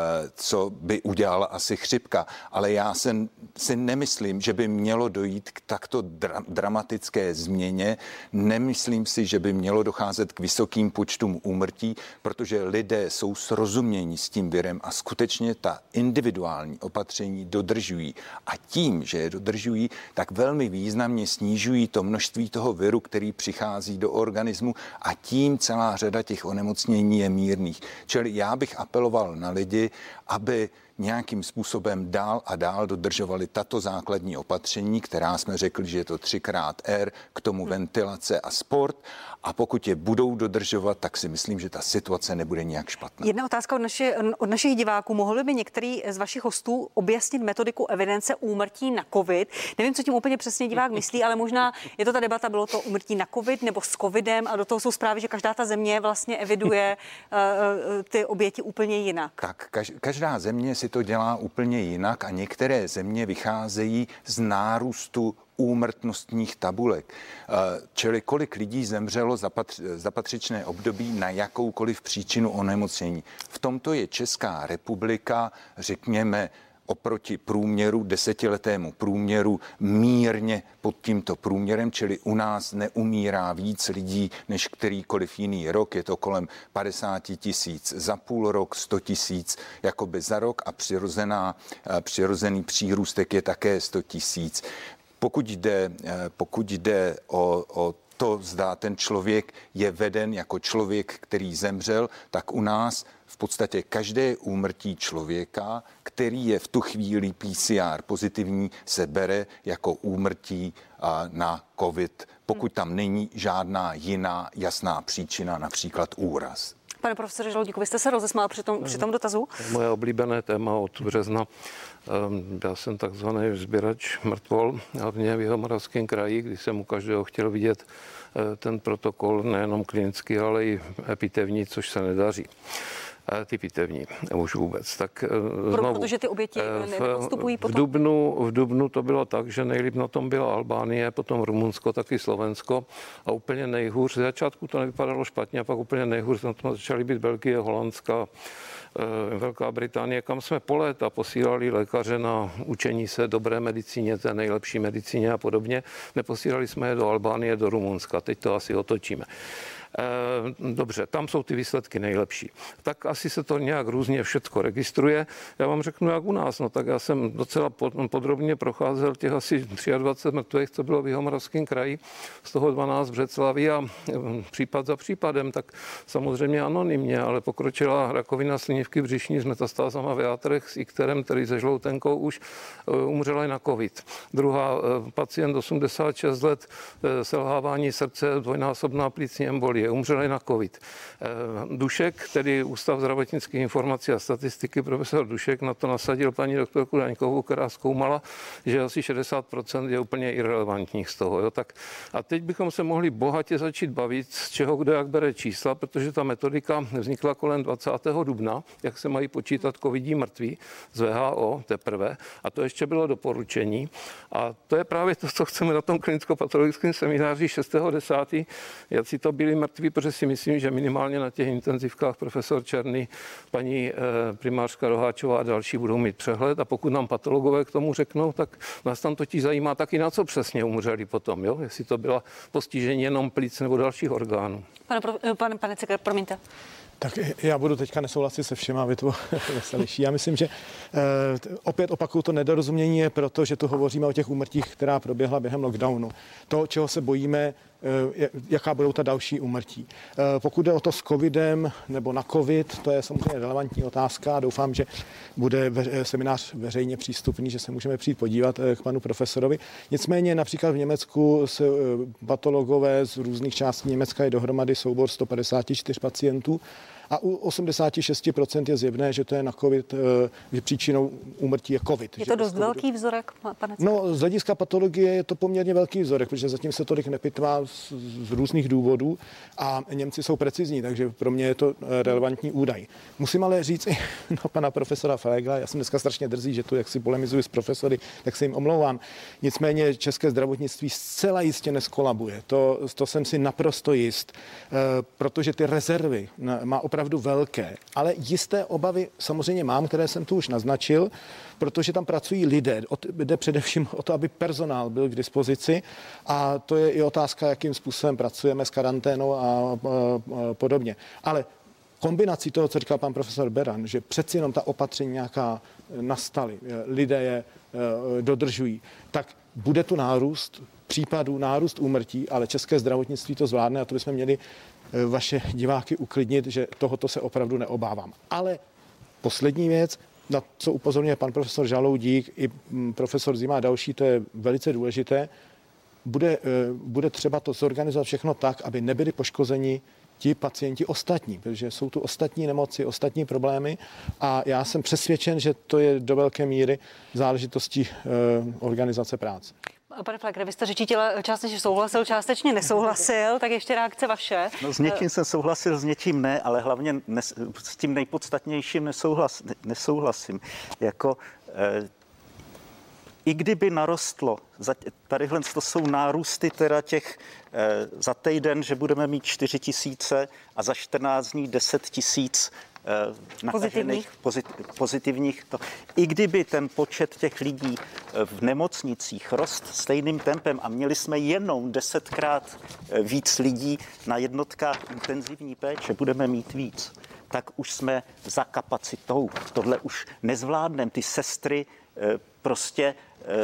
co by udělala asi chřipka. Ale já se, si nemyslím, že by mělo dojít k takto dra, dramatické změně. Nemyslím si, že by mělo docházet k vysokým počtům úmrtí, protože lidé jsou srozumění s tím virem a skutečně ta individuální opatření dodržují. A tím, že je dodržují, tak velmi významně snižují to množství toho viru, který přichází do organismu a tím celá řada těch onemocnění je mírných. Čili já bych apeloval na lidi, aby nějakým způsobem dál a dál dodržovali tato základní opatření, která jsme řekli, že je to třikrát R, k tomu ventilace a sport. A pokud je budou dodržovat, tak si myslím, že ta situace nebude nějak špatná. Jedna otázka od, naši, od našich diváků. Mohli by některý z vašich hostů objasnit metodiku evidence úmrtí na COVID? Nevím, co tím úplně přesně divák myslí, ale možná je to ta debata, bylo to úmrtí na COVID nebo s covidem a do toho jsou zprávy, že každá ta země vlastně eviduje uh, ty oběti úplně jinak. Tak, každá země si to dělá úplně jinak a některé země vycházejí z nárůstu úmrtnostních tabulek. Čili kolik lidí zemřelo za, patř, za patřičné období na jakoukoliv příčinu onemocnění. V tomto je Česká republika, řekněme, oproti průměru, desetiletému průměru, mírně pod tímto průměrem, čili u nás neumírá víc lidí než kterýkoliv jiný rok. Je to kolem padesát tisíc za půl rok, sto tisíc jakoby za rok a přirozená, přirozený přírůstek je také sto tisíc. Pokud jde, pokud jde o, o to, zda ten člověk je veden jako člověk, který zemřel, tak u nás v podstatě každé úmrtí člověka, který je v tu chvíli P C R pozitivní, se bere jako úmrtí na COVID, pokud tam není žádná jiná jasná příčina, například úraz. Pane profesore Žaloudíku, vy jste se rozesmál při tom, při tom dotazu? Moje oblíbené téma od března. Já jsem takzvaný sběrač mrtvol, hlavně v Jihomoravském kraji, kdy jsem u každého chtěl vidět ten protokol, nejenom klinický, ale i epitevní, což se nedaří. Ty pitevní, už vůbec. Tak znovu, protože ty oběti nepostupují potom? V dubnu, v dubnu to bylo tak, že nejlíp na tom byla Albánie, potom Rumunsko, taky Slovensko a úplně nejhůř. Z začátku to nevypadalo špatně a pak úplně nejhůř na tom začaly být Belgie, Holandska, Velká Británie, kam jsme po léta posílali lékaře na učení se dobré medicíně, té nejlepší medicíně a podobně. Neposílali jsme je do Albánie, do Rumunska. Teď to asi otočíme. Dobře, tam jsou ty výsledky nejlepší. Tak asi se to nějak různě všechno registruje. Já vám řeknu, jak u nás. No tak já jsem docela podrobně procházel těch asi dvacet tři mrtvých, co bylo v Jihomoravském kraji, z toho dvanáct v Břeclavi a případ za případem, tak samozřejmě anonymně, ale pokročila rakovina slinivky břišní s metastázama v játrech, s ikterem, který se žloutenkou už umřela i na covid. Druhá, pacient osmdesát šest let, selhávání srdce, dvojnásobná plicní embolie, umřeli na covid. Dušek, tedy Ústav zdravotnických informací a statistiky, profesor Dušek, na to nasadil paní doktorku Daňkovou, která zkoumala, že asi šedesát procent je úplně irelevantních z toho. Jo? Tak a teď bychom se mohli bohatě začít bavit, z čeho kdo jak bere čísla, protože ta metodika vznikla kolem dvacátého dubna, jak se mají počítat covidí mrtví z V H O teprve. A to ještě bylo doporučení. A to je právě to, co chceme na tom klinicko-patologickém semináři šestého desátého jací to byli mrtví mrtví, protože si myslím, že minimálně na těch intenzivkách profesor Černý, paní eh, primářka Roháčová a další budou mít přehled a pokud nám patologové k tomu řeknou, tak nás tam totiž zajímá taky, na co přesně umřeli potom, jo? Jestli to byla postižení jenom plic nebo dalších orgánů. Pane, pane, pane Cykr, promiňte. Tak já budu teďka nesouhlasit se všema, aby to veselější. Já myslím, že eh, opět opakuju, to nedorozumění je proto, že tu hovoříme o těch úmrtích, která proběhla během lockdownu. To, čeho se bojíme, eh, jaká budou ta další úmrtí. Eh, pokud jde o to s covidem nebo na covid, to je samozřejmě relevantní otázka. Doufám, že bude ve, seminář veřejně přístupný, že se můžeme přijít podívat eh, k panu profesorovi. Nicméně například v Německu se eh, patologové z různých částí Německa je dohromady soubor sto padesát čtyři pacientů. A u osmdesát šest procent je zjevné, že to je na covid, že příčinou úmrtí je covid. Je to dost velký vzorek, pane Cykr? No, z hlediska patologie je to poměrně velký vzorek, protože zatím se tolik nepitvá z, z různých důvodů a Němci jsou precizní, takže pro mě je to relevantní údaj. Musím ale říct i na pana profesora Flegla, já jsem dneska strašně drzý, že tu jak si polemizuji s profesory, tak se jim omlouvám. Nicméně české zdravotnictví zcela jistě neskolabuje. To, to jsem si naprosto jist, protože ty rezervy má opravdu velké, ale jisté obavy samozřejmě mám, které jsem tu už naznačil, protože tam pracují lidé. Jde především o to, aby personál byl k dispozici a to je i otázka, jakým způsobem pracujeme s karanténou a, a, a podobně. Ale kombinací toho, co říkal pan profesor Beran, že přeci jenom ta opatření nějaká nastaly, lidé je dodržují, tak bude tu nárůst případů, nárůst úmrtí, ale české zdravotnictví to zvládne a to bychom měli vaše diváky uklidnit, že tohoto se opravdu neobávám. Ale poslední věc, na co upozorňuje pan profesor Žaloudík i profesor Zima a další, to je velice důležité, bude, bude třeba to zorganizovat všechno tak, aby nebyli poškozeni ti pacienti ostatní, protože jsou tu ostatní nemoci, ostatní problémy a já jsem přesvědčen, že to je do velké míry záležitostí eh, organizace práce. Pane Flegre, vy jste řečí těla částečně souhlasil, částečně nesouhlasil, tak ještě reakce vaše. No, s něčím jsem souhlasil, s něčím ne, ale hlavně nes, s tím nejpodstatnějším nesouhlas, nesouhlasím. Jako, eh, i kdyby narostlo, tadyhle to jsou nárůsty teda těch eh, za týden, že budeme mít čtyři tisíce a za čtrnáct dní deset tisíc eh, nakažených, pozit, pozitivních. To. I kdyby ten počet těch lidí v nemocnicích rost stejným tempem a měli jsme jenom desetkrát víc lidí na jednotkách intenzivní péče, budeme mít víc, tak už jsme za kapacitou. Tohle už nezvládneme. Ty sestry eh, prostě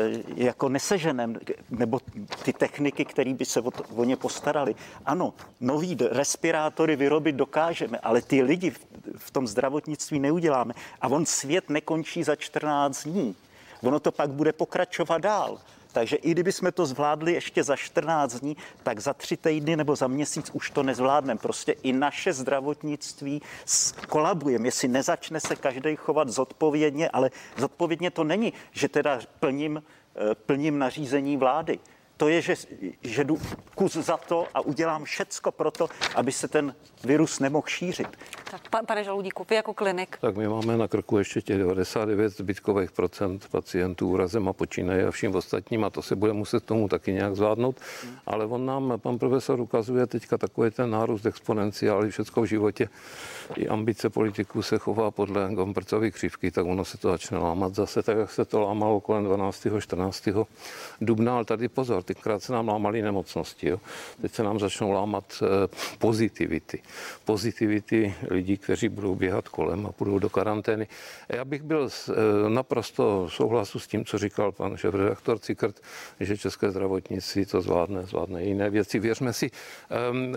jako neseženem, nebo ty techniky, které by se o, to, o ně postarali. Ano, nový respirátory vyrobit dokážeme, ale ty lidi v, v tom zdravotnictví neuděláme. A on svět nekončí za čtrnáct dní. Ono to pak bude pokračovat dál. Takže i kdyby jsme to zvládli ještě za čtrnáct dní, tak za tři týdny nebo za měsíc už to nezvládneme. Prostě i naše zdravotnictví kolabujeme, jestli nezačne se každý chovat zodpovědně, ale zodpovědně to není, že teda plním, plním nařízení vlády. To je, že, že jdu kus za to a udělám všecko pro to, aby se ten virus nemohl šířit. Tak, pan, pane Žaloudíku, vy jako klinik. Tak my máme na krku ještě těch devadesát devět zbytkových procent pacientů úrazem a počínaje a vším ostatním a to se bude muset tomu taky nějak zvládnout. Hmm. Ale on nám, pan profesor, ukazuje teďka takový ten nárůst exponenciály všecko v životě. I ambice politiků se chová podle Gompercovy křivky, tak ono se to začne lámat zase, tak jak se to lámalo kolem dvanáctého čtrnáctého dubna, ale tady pozor, tenkrát se nám lámaly nemocnosti. Jo? Teď se nám začnou lámat eh, pozitivity. Pozitivity lidí, kteří budou běhat kolem a budou do karantény. Já bych byl eh, naprosto souhlasu s tím, co říkal pan šéfredaktor Cykrt, že české zdravotnictví to zvládne, zvládne jiné věci. Věřme si, eh,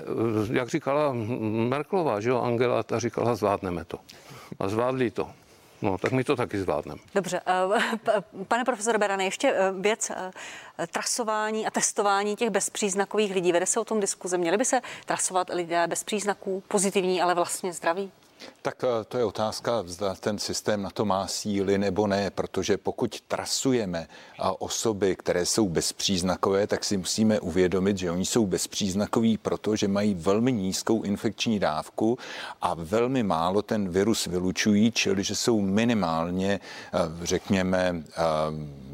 jak říkala Merkelová, že jo, Angela, ta říkala, zvládneme to. A zvládli to. No, tak my to taky zvládneme. Dobře. Pane profesore Berane, ještě věc trasování a testování těch bezpříznakových lidí. Vede se o tom diskuze. Měli by se trasovat lidé bez příznaků, pozitivní, ale vlastně zdraví? Tak to je otázka, zda ten systém na to má síly nebo ne, protože pokud trasujeme osoby, které jsou bezpříznakové, tak si musíme uvědomit, že oni jsou bezpříznakoví, protože mají velmi nízkou infekční dávku a velmi málo ten virus vylučují, čili že jsou minimálně, řekněme,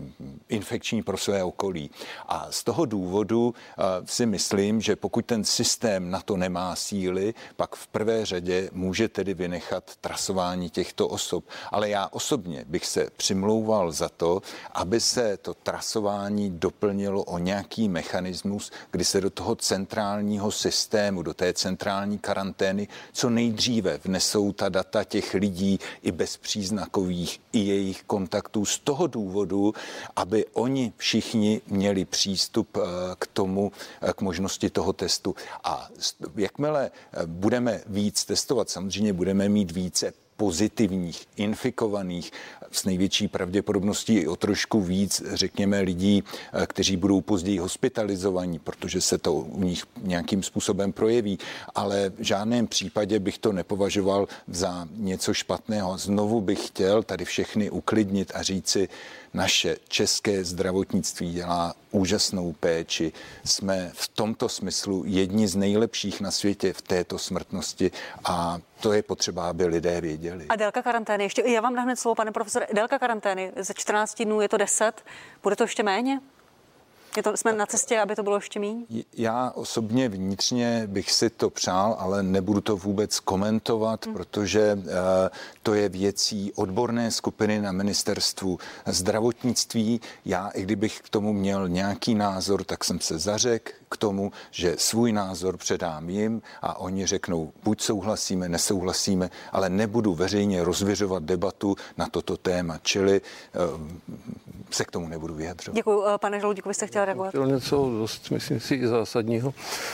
infekční pro své okolí. A z toho důvodu si myslím, že pokud ten systém na to nemá síly, pak v prvé řadě může tedy vynechat trasování těchto osob. Ale já osobně bych se přimlouval za to, aby se to trasování doplnilo o nějaký mechanismus, kdy se do toho centrálního systému, do té centrální karantény co nejdříve vnesou ta data těch lidí i bezpříznakových, i jejich kontaktů z toho důvodu, aby oni všichni měli přístup k tomu, k možnosti toho testu. A jakmile budeme víc testovat, samozřejmě budeme mít více pozitivních, infikovaných, s největší pravděpodobností i o trošku víc, řekněme, lidí, kteří budou později hospitalizovaní, protože se to u nich nějakým způsobem projeví, ale v žádném případě bych to nepovažoval za něco špatného. Znovu bych chtěl tady všechny uklidnit a říci, naše české zdravotnictví dělá úžasnou péči. Jsme v tomto smyslu jedni z nejlepších na světě v této smrtnosti a to je potřeba, aby lidé věděli. A délka karantény, ještě já vám dám hned slovo, pane profesore, délka karantény ze čtrnácti dnů je to deset, bude to ještě méně? Je to, jsme na cestě, aby to bylo ještě méně? Já osobně vnitřně bych si to přál, ale nebudu to vůbec komentovat, hmm. protože uh, to je věcí odborné skupiny na ministerstvu zdravotnictví. Já, i kdybych k tomu měl nějaký názor, tak jsem se zařekl k tomu, že svůj názor předám jim a oni řeknou, buď souhlasíme, nesouhlasíme, ale nebudu veřejně rozviřovat debatu na toto téma, čili uh, se k tomu nebudu vyjadřovat. Děkuji, pane Žaloudíku, vy jste chtěl reagovat. Chtěl něco dost, myslím si, i zásadního.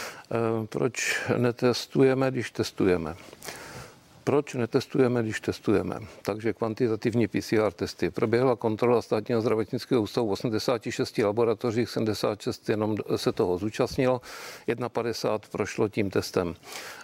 Proč netestujeme, když testujeme? Proč netestujeme, když testujeme? Takže kvantitativní P C R testy. Proběhla kontrola Státního zdravotnického ústavu v osmdesáti šesti laboratořích, sedmdesát šest jenom se toho zúčastnilo, padesát jedna prošlo tím testem.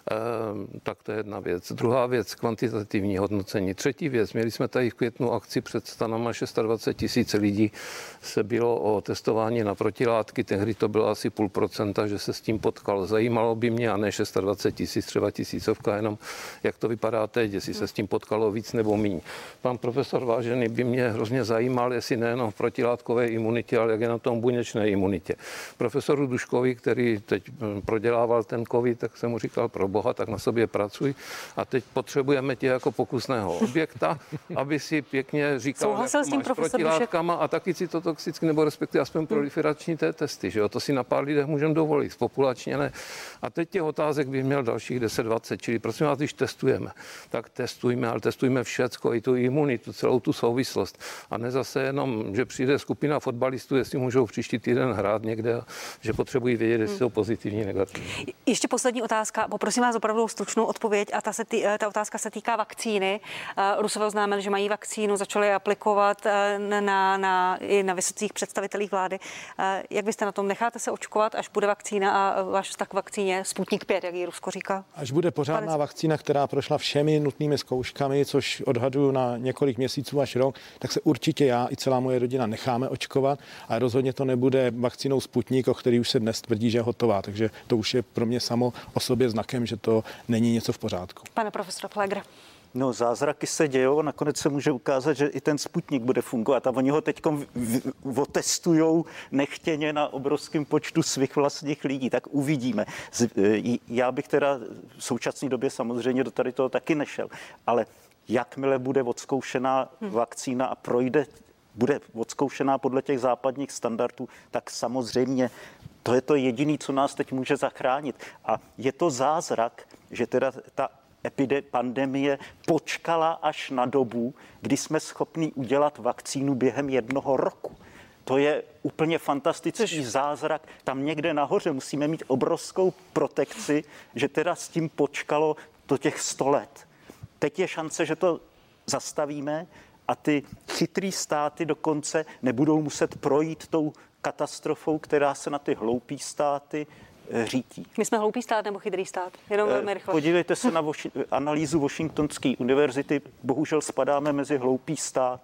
E, tak to je jedna věc. Druhá věc, kvantitativní hodnocení. Třetí věc, měli jsme tady v květnu akci před stanama dvacet šest tisíc lidí, se bylo o testování na protilátky, tehdy to bylo asi půl procenta, že se s tím potkal. Zajímalo by mě, a ne dvacet šest tisíc, třeba tisícovka jenom, jak to vypadá teď, jestli se s tím potkalo víc nebo míň. Pan profesor Vážený by mě hrozně zajímal, jestli nejenom v protilátkové imunitě, ale jak je na tom buněčné imunitě. Profesoru Duškovi, který teď prodělával ten covid, tak jsem mu říkal, pro boha, tak na sobě pracuj a teď potřebujeme tě jako pokusného objekta, aby si pěkně říkal, souhlasil jak s tím máš protilátkama a taky cytotoxicky nebo respektive aspoň proliferační té testy, že jo, to si na pár lidech můžeme dovolit, populačně ne. A teď těch otázek bych měl dalších deset dvacet, čili prosím vás, když testujeme, tak testujme, ale testujme všecko, i tu imunitu, celou tu souvislost. A ne zase jenom, že přijde skupina fotbalistů, jestli můžou příští týden hrát někde, že potřebují vědět, jestli jsou pozitivní, negativní. Ještě poslední otázka, poprosím vás opravdu stručnou odpověď a ta, se tý, ta otázka se týká vakcíny. Rusové oznámili, že mají vakcínu, začali aplikovat na, na, i na vysokých představitelích vlády. Jak byste na tom? Necháte se očkovat, až bude vakcína a váš vztah k vakcíně Sputnik pět, jak ji Rusko říká? Až bude pořádná Pane... vakcína, která prošla všemi nutnými zkouškami, což odhaduju na několik měsíců až rok, tak se určitě já i celá moje rodina necháme očkovat, a rozhodně to nebude vakcínou Sputnik, o který už se dnes tvrdí, že je hotová, takže to už je pro mě samo o sobě znakem, že to není něco v pořádku. Pane profesor Pfleger. No, zázraky se dějou, nakonec se může ukázat, že i ten Sputnik bude fungovat a oni ho teď otestujou nechtěně na obrovském počtu svých vlastních lidí, tak uvidíme. Já bych teda v současné době samozřejmě do tady toho taky nešel, ale jakmile bude odzkoušená vakcína a projde, bude odzkoušená podle těch západních standardů, tak samozřejmě to je to jediné, co nás teď může zachránit. A je to zázrak, že teda ta epide, pandemie počkala až na dobu, kdy jsme schopni udělat vakcínu během jednoho roku. To je úplně fantastický zázrak. Tam někde nahoře musíme mít obrovskou protekci, že teda s tím počkalo do těch sto let. Teď je šance, že to zastavíme a ty chytrý státy dokonce nebudou muset projít tou katastrofou, která se na ty hloupý státy řítí. My jsme hloupý stát nebo chytrý stát? Jenom velmi rychle. Podívejte se na Voši- analýzu Washingtonské univerzity. Bohužel spadáme mezi hloupý stát.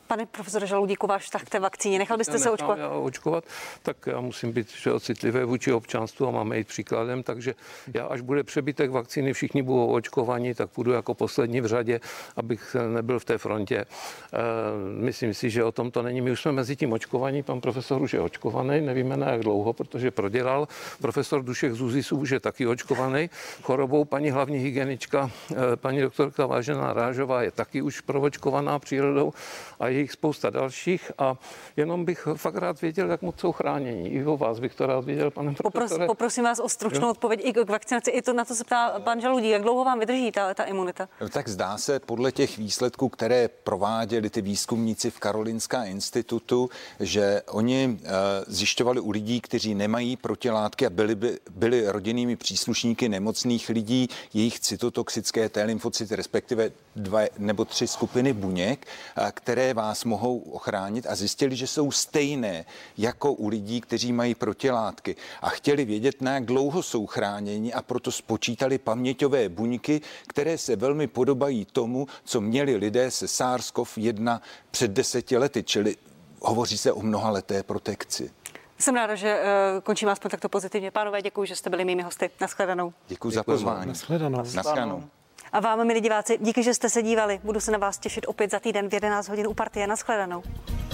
Pane profesore Žaludíku, váš vztah k té vakcíně, nechal byste se očkovat? Já očkovat? Tak já musím být citlivý vůči občanstvu a máme jít příkladem, takže já, až bude přebytek vakcíny, všichni budou očkovaní, tak půjdu jako poslední v řadě, abych nebyl v té frontě. E, myslím si, že o tom to není. My už jsme mezi tím očkovaní, pan profesor už je očkovaný, nevíme na jak dlouho, protože prodělal. Profesor Dušek z ÚZISu už je taky očkovaný chorobou. Paní hlavní hygienička, paní doktorka Vážená Rážová je taky už proočkovaná přírodou a je jich spousta dalších a jenom bych fakt rád věděl, jak moc jsou chránění. I o vás bych to rád věděl, pane profesore. Popros, poprosím vás o stručnou jo? odpověď i k vakcinaci. I to na to se ptá pan Žaludík. Jak dlouho vám vydrží ta, ta imunita? Tak zdá se podle těch výsledků, které prováděli ty výzkumníci v Karolinském institutu, že oni uh, zjišťovali u lidí, kteří nemají protilátky a byli, by, byli rodinnými příslušníky nemocných lidí, jejich cytotoxické T lymfocyty, respektive dva nebo tři skupiny buněk, které vás mohou ochránit a zjistili, že jsou stejné jako u lidí, kteří mají protilátky a chtěli vědět, na jak dlouho jsou chráněni a proto spočítali paměťové buňky, které se velmi podobají tomu, co měli lidé se SARS-CoV jedna před deseti lety, čili hovoří se o mnohaleté protekci. Jsem ráda, že uh, končíme aspoň takto pozitivně. Pánové, děkuji, že jste byli mými hosty. Naschledanou. Děkuji za pozvání. Naschledanou. Naschledanou. A vám, milí diváci, díky, že jste se dívali. Budu se na vás těšit opět za týden v jedenáct hodin u Partie. Naschledanou.